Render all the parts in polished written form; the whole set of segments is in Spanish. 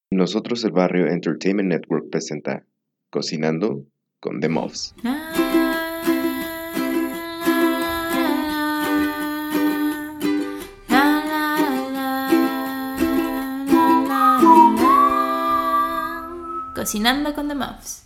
Nosotros el Barrio Entertainment Network presenta Cocinando con The Muffs. Cocinando con The Muffs.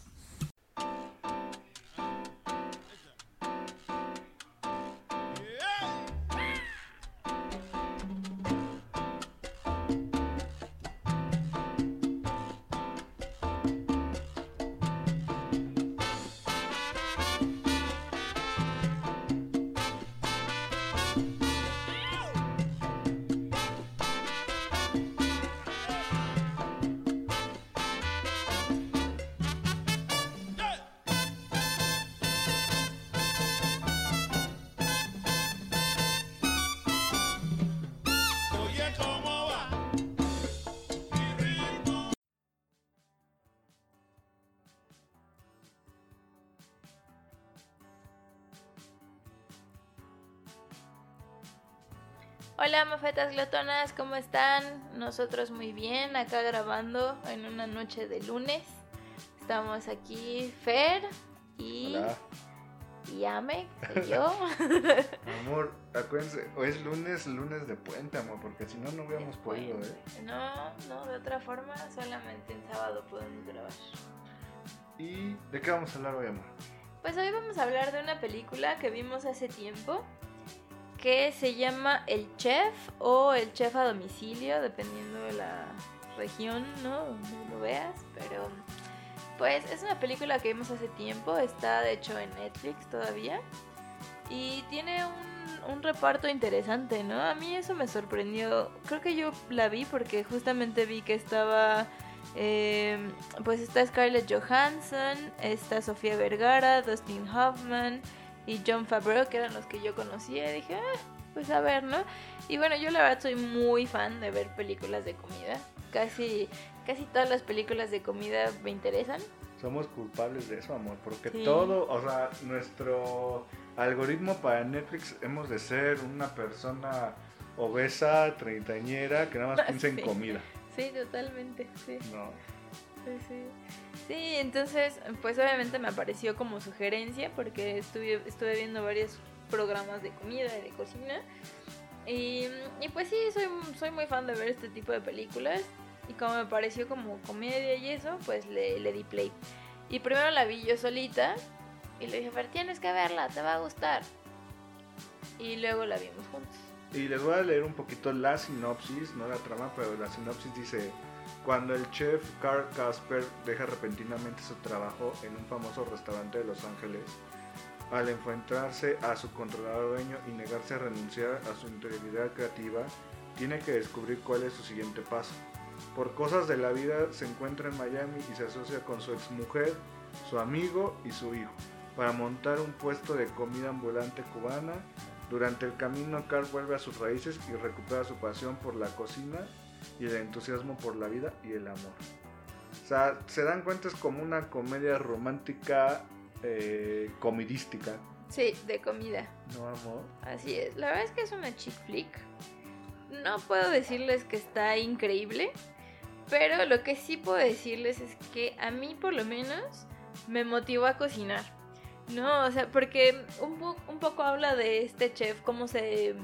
Hola mofetas glotonas, ¿cómo están? Nosotros muy bien, acá grabando en una noche de lunes. Estamos aquí Fer y... Hola. Y Ame, y yo. Amor, acuérdense, hoy es lunes de puente, amor, porque si no, no hubiéramos podido, No, de otra forma, solamente en sábado podemos grabar. ¿Y de qué vamos a hablar hoy, amor? Pues hoy vamos a hablar de una película que vimos hace tiempo, que se llama El Chef o El Chef a Domicilio, dependiendo de la región, ¿no? Donde lo veas, pero pues es una película que vimos hace tiempo, está de hecho en Netflix todavía y tiene un reparto interesante, ¿no? A mí eso me sorprendió, creo que yo la vi porque justamente vi que estaba... pues está Scarlett Johansson, está Sofía Vergara, Dustin Hoffman y Jon Favreau, que eran los que yo conocía, y dije, pues a ver, ¿no? Y bueno, yo la verdad soy muy fan de ver películas de comida. Casi todas las películas de comida me interesan. Somos culpables de eso, amor, porque Sí. todo, o sea, nuestro algoritmo para Netflix hemos de ser una persona obesa, treintañera, que nada más piensa en Sí. comida. Sí, totalmente, sí. No. Sí, entonces, pues obviamente me apareció como sugerencia porque estuve viendo varios programas de comida y de cocina. Y pues sí, soy muy fan de ver este tipo de películas. Y como me pareció como comedia y eso, pues le di play. Y primero la vi yo solita y le dije, Fer, tienes que verla, te va a gustar. Y luego la vimos juntos. Y les voy a leer un poquito la sinopsis, no la trama, pero la sinopsis dice: cuando el chef Carl Casper deja repentinamente su trabajo en un famoso restaurante de Los Ángeles, al enfrentarse a su controlador dueño y negarse a renunciar a su integridad creativa, tiene que descubrir cuál es su siguiente paso. Por cosas de la vida se encuentra en Miami y se asocia con su exmujer, su amigo y su hijo, para montar un puesto de comida ambulante cubana. Durante el camino, Carl vuelve a sus raíces y recupera su pasión por la cocina y el entusiasmo por la vida y el amor. O sea, se dan cuenta, es como una comedia romántica comidística. Sí, de comida. ¿No, amor? Así es, la verdad es que es una chick flick. No puedo decirles que está increíble, pero lo que sí puedo decirles es que a mí por lo menos me motivó a cocinar. No, o sea, porque un poco habla de este chef, cómo se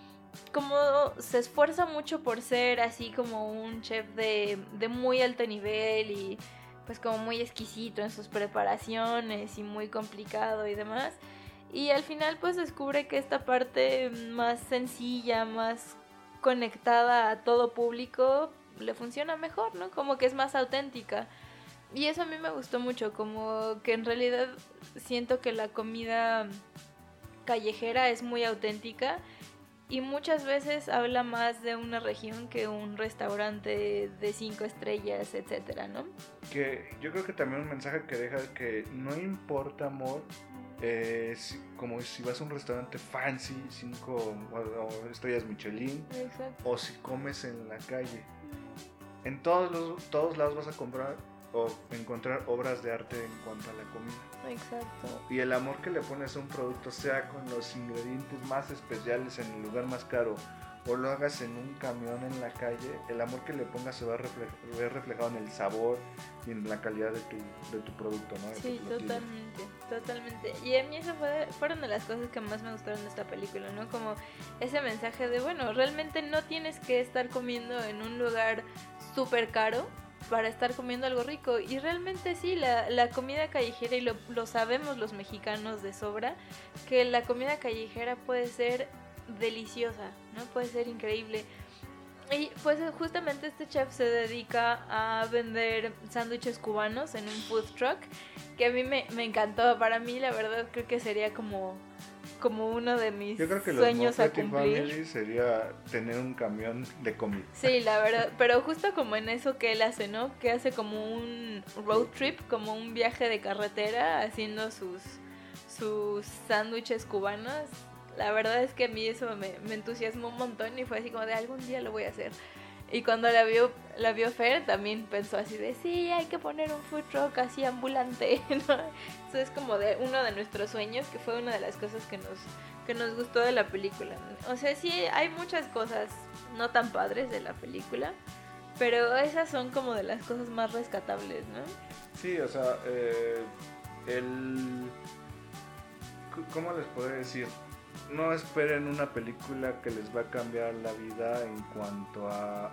esfuerza mucho por ser así como un chef de muy alto nivel y pues como muy exquisito en sus preparaciones y muy complicado y demás. Y al final pues descubre que esta parte más sencilla, más conectada a todo público, le funciona mejor, ¿no? Como que es más auténtica. Y eso a mí me gustó mucho, como que en realidad siento que la comida callejera es muy auténtica y muchas veces habla más de una región que un restaurante de 5 estrellas, etcétera, ¿no? Que yo creo que también un mensaje que deja es que no importa, amor, como si vas a un restaurante fancy, 5 estrellas Michelin, Exacto. o si comes en la calle. En todos lados vas a comprar o encontrar obras de arte en cuanto a la comida. Exacto. Y el amor que le pones a un producto, sea con los ingredientes más especiales en el lugar más caro o lo hagas en un camión en la calle, el amor que le pongas se va a ver reflejado en el sabor y en la calidad de tu producto, ¿no? Sí, totalmente. Y a mí eso fueron de las cosas que más me gustaron de esta película, ¿no? Como ese mensaje de, bueno, realmente no tienes que estar comiendo en un lugar súper caro para estar comiendo algo rico. Y realmente sí, la comida callejera, y lo sabemos los mexicanos de sobra, que la comida callejera puede ser deliciosa, ¿no? Puede ser increíble. Y pues justamente este chef se dedica a vender sándwiches cubanos en un food truck, que a mí me encantó. Para mí, la verdad, creo que sería como uno de mis Yo creo que sueños los a cumplir. Family sería tener un camión de comida. Sí, la verdad, pero justo como en eso que él hace, ¿no? Que hace como un road trip, como un viaje de carretera, haciendo sus sándwiches cubanos. La verdad es que a mí eso me entusiasmó un montón y fue así como de algún día lo voy a hacer. Y cuando la vio Fer, también pensó así de sí, hay que poner un food truck así ambulante, ¿no? Eso es como de uno de nuestros sueños, que fue una de las cosas que nos gustó de la película. O sea, sí, hay muchas cosas no tan padres de la película, pero esas son como de las cosas más rescatables, ¿no? Sí, o sea, ¿cómo les podré decir? No esperen una película que les va a cambiar la vida en cuanto a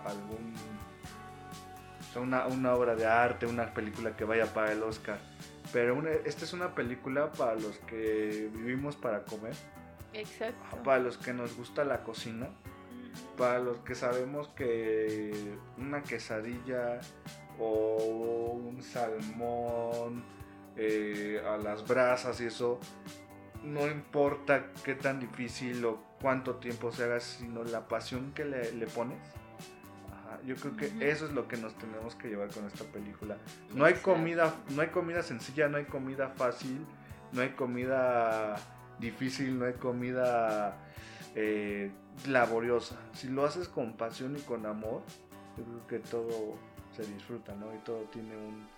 una obra de arte, una película que vaya para el Oscar. Pero esta es una película para los que vivimos para comer. Exacto. Para los que nos gusta la cocina. Para los que sabemos que una quesadilla o un salmón a las brasas y eso, no importa qué tan difícil o cuánto tiempo se haga, sino la pasión que le pones. Ajá, yo creo que eso es lo que nos tenemos que llevar con esta película. No hay comida sencilla, no hay comida fácil, no hay comida difícil, no hay comida laboriosa. Si lo haces con pasión y con amor, yo creo que todo se disfruta, ¿no? Y todo tiene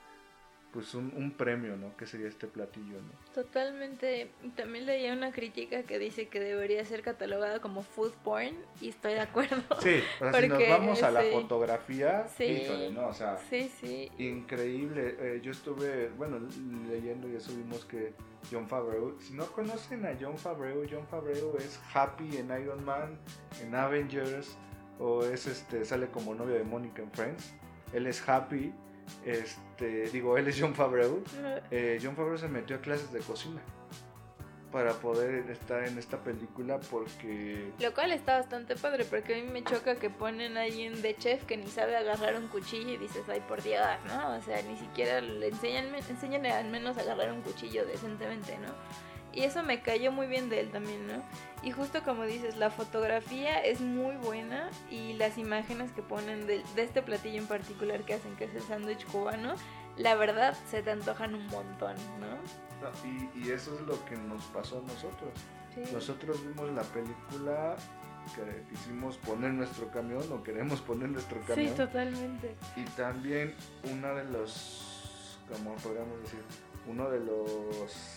un premio, ¿no? Que sería este platillo, ¿no? Totalmente. También leía una crítica que dice que debería ser catalogada como food porn, y estoy de acuerdo. Sí, o sea, si nos vamos a la fotografía, híjole, ¿no? O sea, sí. Increíble. Yo estuve, leyendo y eso vimos que Jon Favreau, si no conocen a Jon Favreau es Happy en Iron Man, en Avengers, o sale como novio de Mónica en Friends. Él es Happy. Él es Jon Favreau. Jon Favreau se metió a clases de cocina para poder estar en esta película, porque lo cual está bastante padre, porque a mí me choca que ponen a alguien de chef que ni sabe agarrar un cuchillo y dices, ay, por Dios, ¿no? O sea, ni siquiera le enseñan al menos a agarrar un cuchillo decentemente, ¿no? Y eso me cayó muy bien de él también, ¿no? Y justo como dices, la fotografía es muy buena, y las imágenes que ponen de este platillo en particular que hacen, que es el sándwich cubano, la verdad se te antojan un montón, ¿no? Y eso es lo que nos pasó a nosotros. Sí. Nosotros vimos la película, que quisimos poner nuestro camión, o queremos poner nuestro camión. Sí, totalmente. Y también uno de los, ¿cómo podríamos decir? Uno de los...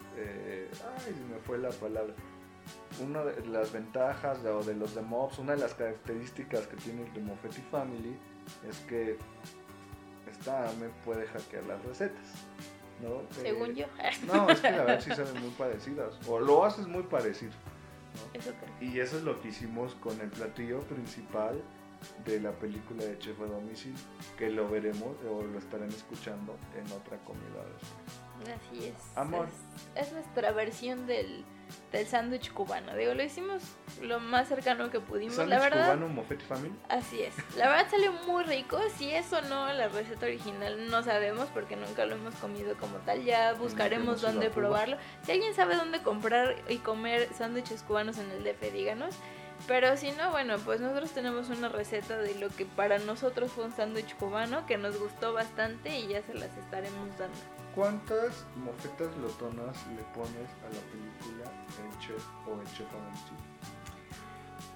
se me fue la palabra. Una de las ventajas o de los The Mobs, una de las características que tiene el The Moffetti Family es que esta me puede hackear las recetas, ¿no? Según yo. No, es que la verdad sí saben muy parecidas, o lo haces muy parecido, ¿no? Eso creo. Y eso es lo que hicimos con el platillo principal de la película de Chef a Domicilio, que lo veremos o lo estarán escuchando en otra comida después. Así es. Amor. Es nuestra versión del sándwich cubano. Digo, lo hicimos lo más cercano que pudimos. ¿Sándwich la verdad, cubano Moffetti Family? Así es. La verdad salió muy rico. Si es o no la receta original, no sabemos, porque nunca lo hemos comido como tal. Ya buscaremos dónde probarlo. Si alguien sabe dónde comprar y comer sándwiches cubanos en el DF, díganos. Pero si no, bueno, pues nosotros tenemos una receta de lo que para nosotros fue un sándwich cubano que nos gustó bastante, y ya se las estaremos dando. ¿Cuántas mofetas glotonas le pones a la película El Chef o El Chef a Domicilio?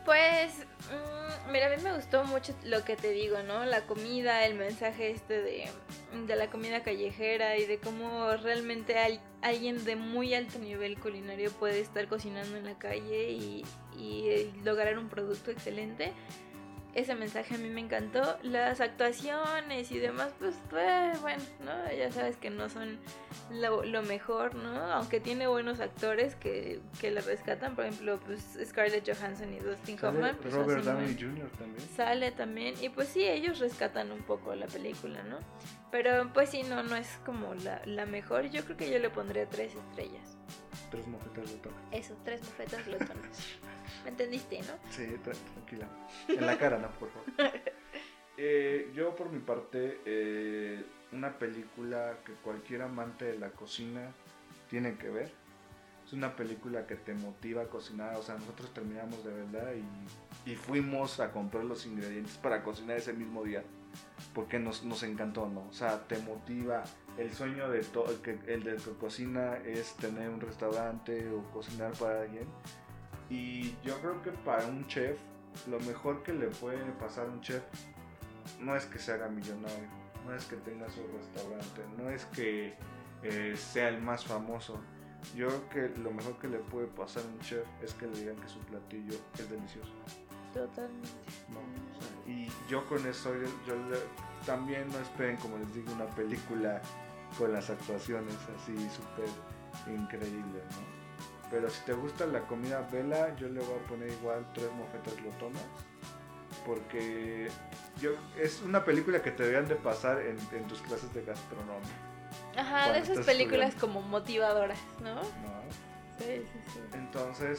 Pues, mira, a mí me gustó mucho lo que te digo, ¿no? La comida, el mensaje de la comida callejera y de cómo realmente alguien de muy alto nivel culinario puede estar cocinando en la calle y lograr un producto excelente. Ese mensaje a mí me encantó. Las actuaciones y demás, pues bueno, ¿no? Ya sabes que no son lo mejor, ¿no? Aunque tiene buenos actores que le rescatan. Por ejemplo, pues Scarlett Johansson y Dustin Hoffman. Pues, Robert Downey Jr. también. Sale también. Y pues sí, ellos rescatan un poco la película, ¿no? Pero pues sí, no es como la mejor. Yo creo que yo le pondría 3 estrellas. 3 mofetas lotonas. Eso, 3 mofetas lotonas. ¿Me entendiste, no? Sí, tranquila. En la cara, no, por favor. Yo por mi parte, una película que cualquier amante de la cocina tiene que ver. Es una película que te motiva a cocinar. O sea, nosotros terminamos de verla y fuimos a comprar los ingredientes para cocinar ese mismo día. Porque nos encantó, ¿no? O sea, te motiva. El sueño de el del que cocina es tener un restaurante o cocinar para alguien. Y yo creo que para un chef, lo mejor que le puede pasar a un chef no es que se haga millonario, no es que tenga su restaurante, no es que sea el más famoso. Yo creo que lo mejor que le puede pasar a un chef es que le digan que su platillo es delicioso. Totalmente. No, o sea, y yo con eso, también no esperen, como les digo, una película con las actuaciones así súper increíbles, ¿no? Pero si te gusta la comida, vela. Yo le voy a poner igual 3 mofetas lotonas. Porque es una película que te deberían de pasar en tus clases de gastronomía. Ajá, de esas películas como motivadoras, ¿no? ¿No? Sí. Entonces,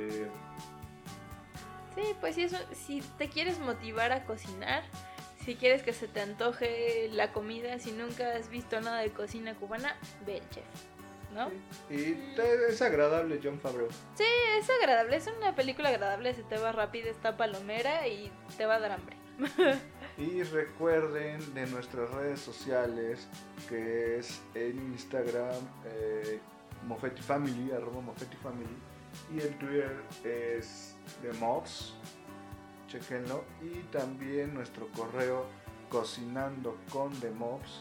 sí, pues sí, si te quieres motivar a cocinar, si quieres que se te antoje la comida, si nunca has visto nada de cocina cubana, ve El Chef, ¿no? Y es agradable Jon Favreau. Sí, es agradable, es una película agradable, se te va rápido, está palomera y te va a dar hambre. Y recuerden de nuestras redes sociales, que es en Instagram @MofetiFamily, y en Twitter es TheMofs, chequenlo. Y también nuestro correo cocinandocondemofs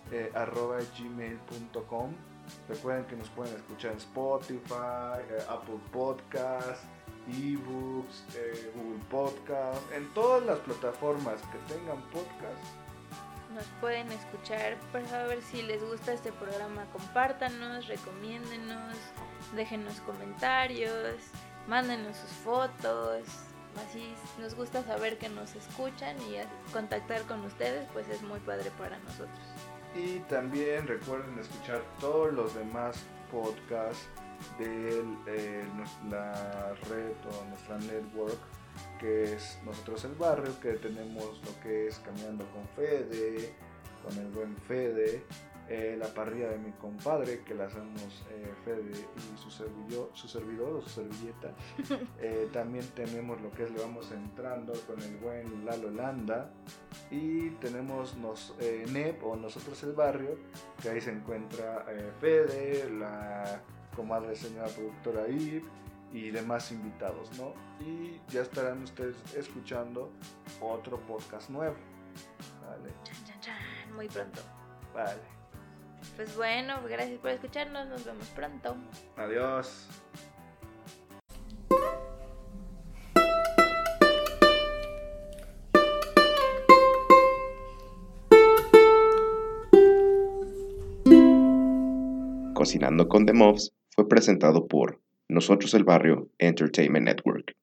@gmail.com. Recuerden que nos pueden escuchar en Spotify, Apple Podcasts, eBooks, Google Podcasts, en todas las plataformas que tengan podcast. Nos pueden escuchar, por favor, si les gusta este programa, compártanos, recomiéndenos, déjenos comentarios, mándenos sus fotos, así nos gusta saber que nos escuchan y contactar con ustedes, pues es muy padre para nosotros. Y también recuerden escuchar todos los demás podcasts de la red o nuestra network, que es Nosotros el Barrio, que tenemos lo que es Caminando con Fede, con el buen Fede, la parrilla de mi compadre, que la hacemos Fede y su servidor o su servilleta. También tenemos lo que es Le Vamos Entrando con el buen Lalo Landa. Y tenemos NEP o Nosotros el Barrio, que ahí se encuentra Fede, la comadre señora productora Ip y demás invitados, ¿no? Y ya estarán ustedes escuchando otro podcast nuevo. Vale. Chan, muy pronto. Vale. Pues bueno, gracias por escucharnos, nos vemos pronto. Adiós. Cocinando con The Muffs fue presentado por Nosotros el Barrio Entertainment Network.